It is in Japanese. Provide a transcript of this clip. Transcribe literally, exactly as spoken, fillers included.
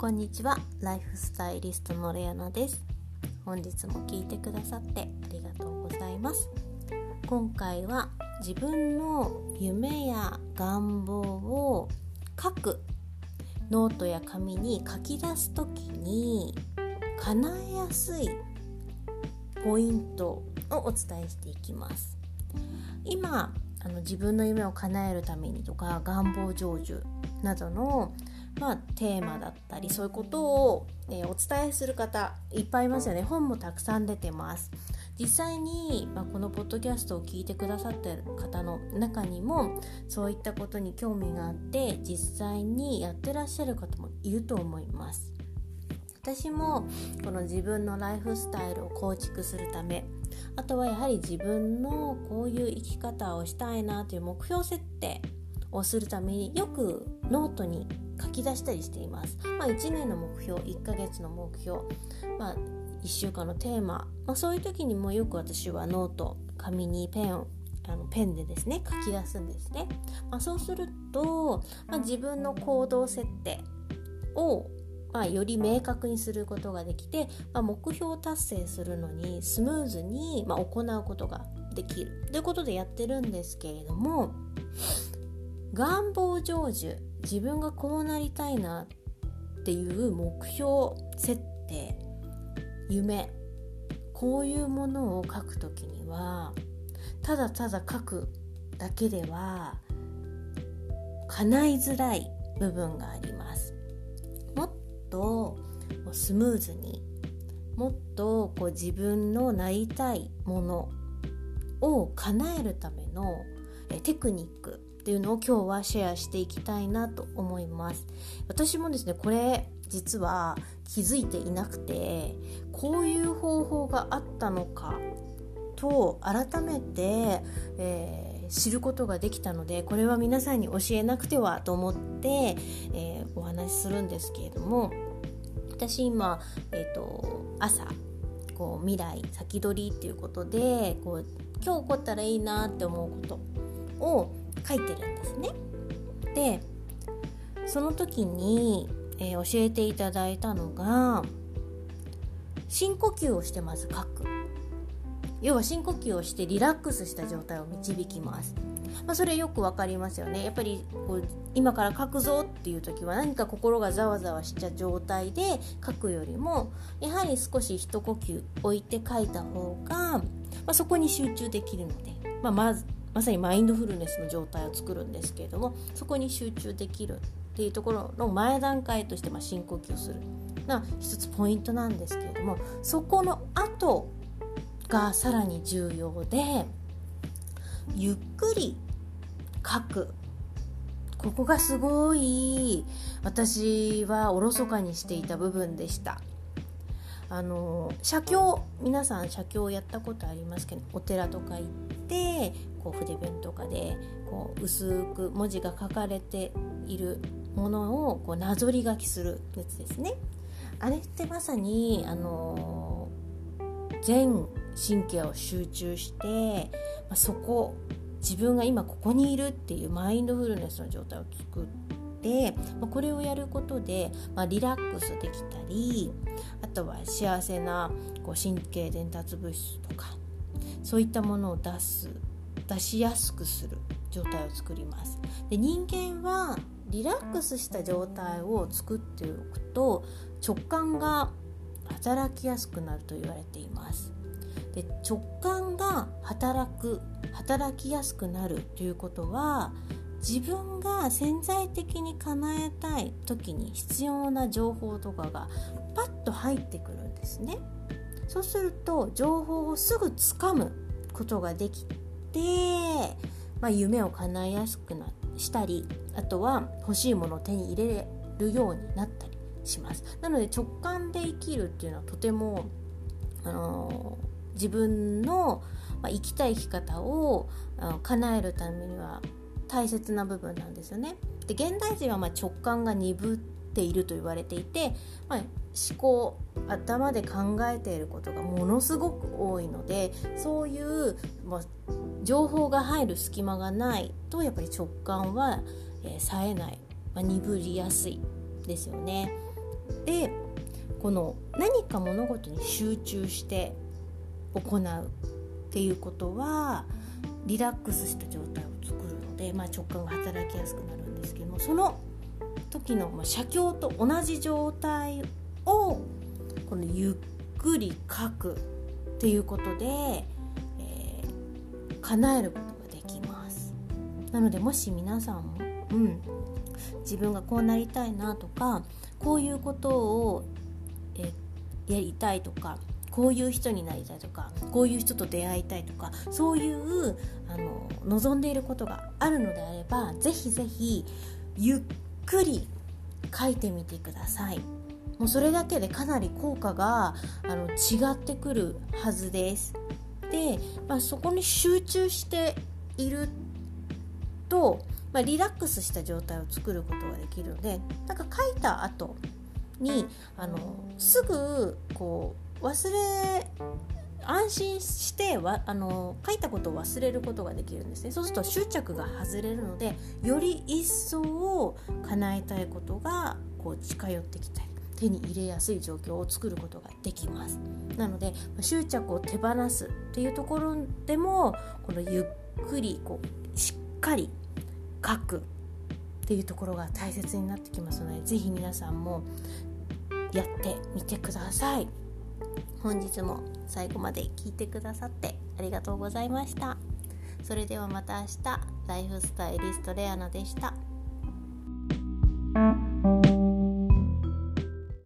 こんにちは。ライフスタイリストのレアナです。本日も聞いてくださってありがとうございます。今回は自分の夢や願望を書くノートや紙に書き出すときに叶えやすいポイントをお伝えしていきます。今あの自分の夢を叶えるためにとか願望成就などのまあ、テーマだったりそういうことを、えー、お伝えする方いっぱいいますよね。本もたくさん出てます。実際に、まあ、このポッドキャストを聞いてくださっている方の中にもそういったことに興味があって実際にやってらっしゃる方もいると思います。私もこの自分のライフスタイルを構築するため、あとはやはり自分のこういう生き方をしたいなという目標設定をするためによくノートに書き出したりしています。まあ、いちねんの目標、いっかげつの目標、まあ、いっしゅうかんのテーマ、まあ、そういう時にもよく私はノート、紙にペンをあのペンでですね書き出すんですね。まあ、そうすると、まあ、自分の行動設定を、まあ、より明確にすることができて、まあ、目標達成するのにスムーズに、まあ、行うことができるということでやってるんですけれども、願望成就、自分がこうなりたいなっていう目標設定、夢、こういうものを書くときにはただただ書くだけでは叶いづらい部分があります。もっとスムーズに、もっとこう自分のなりたいものを叶えるためのテクニックっていうのを今日はシェアしていきたいなと思います。私もですね、これ実は気づいていなくて、こういう方法があったのかと改めて、えー、知ることができたので、これは皆さんに教えなくてはと思って、えー、お話しするんですけれども、私今、えーと、朝こう未来先取りっていうことでこう今日起こったらいいなって思うことを書いてるんですね。で、その時に、えー、教えていただいたのが深呼吸をしてまず書く。要は深呼吸をしてリラックスした状態を導きます。まあ、それよくわかりますよね。やっぱりこう今から書くぞっていう時は何か心がざわざわした状態で書くよりもやはり少し一呼吸置いて書いた方が、まあ、そこに集中できるので、まあ、まずまさにマインドフルネスの状態を作るんですけれども、そこに集中できるっていうところの前段階として、まあ、深呼吸するが一つポイントなんですけれども、そこの後がさらに重要で、ゆっくり書く。ここがすごい私はおろそかにしていた部分でした。あの写経、皆さん写経やったことありますけど、お寺とか行ってこう筆ペンとかでこう薄く文字が書かれているものをこうなぞり書きするやつですね。あれってまさにあの全神経を集中して、まあ、そこ自分が今ここにいるっていうマインドフルネスの状態を作って、まあ、これをやることで、まあ、リラックスできたり、あとは幸せなこう神経伝達物質とかそういったものを出す出しやすくする状態を作ります。で、人間はリラックスした状態を作っておくと直感が働きやすくなると言われています。で、直感が働く働きやすくなるということは、自分が潜在的に叶えたい時に必要な情報とかがパッと入ってくるんですね。そうすると情報をすぐつかむことができて、まあ、夢を叶えやすくなしたり、あとは欲しいものを手に入れるようになったりします。なので直感で生きるっていうのはとても、あのー、自分の、まあ、生きたい生き方をあの叶えるためには大切な部分なんですよね。で、現代人はまあ直感が鈍っていると言われていて、まあ、思考、頭で考えていることがものすごく多いので、そういう、まあ、情報が入る隙間がないとやっぱり直感は、えー、冴えない、まあ、鈍りやすいですよね。 でこの何か物事に集中して行うっていうことはリラックスした状態を作るので、まあ、直感が働きやすくなるんですけども、その時の写経と同じ状態をこのゆっくり書くっていうことで、えー、叶えることができます。なのでもし皆さんも、うん、自分がこうなりたいなとか、こういうことを、えー、やりたいとか、こういう人になりたいとか、こういう人と出会いたいとか、そういうあの望んでいることがあるのであれば、ぜひぜひゆっくり書いてみてください。もうそれだけでかなり効果があの違ってくるはずです。で、まあ、そこに集中していると、まあ、リラックスした状態を作ることができるので、なんか書いた後にあのすぐこう忘れ安心してわあの書いたことを忘れることができるんですね。そうすると執着が外れるので、より一層叶えたいことがこう近寄ってきたり、手に入れやすい状況を作ることができます。なので執着を手放すっていうところでも、このゆっくりこうしっかり書くっていうところが大切になってきますので、ぜひ皆さんもやってみてください。本日も最後まで聞いてくださってありがとうございました。それではまた明日。ライフスタイリストレアナでした。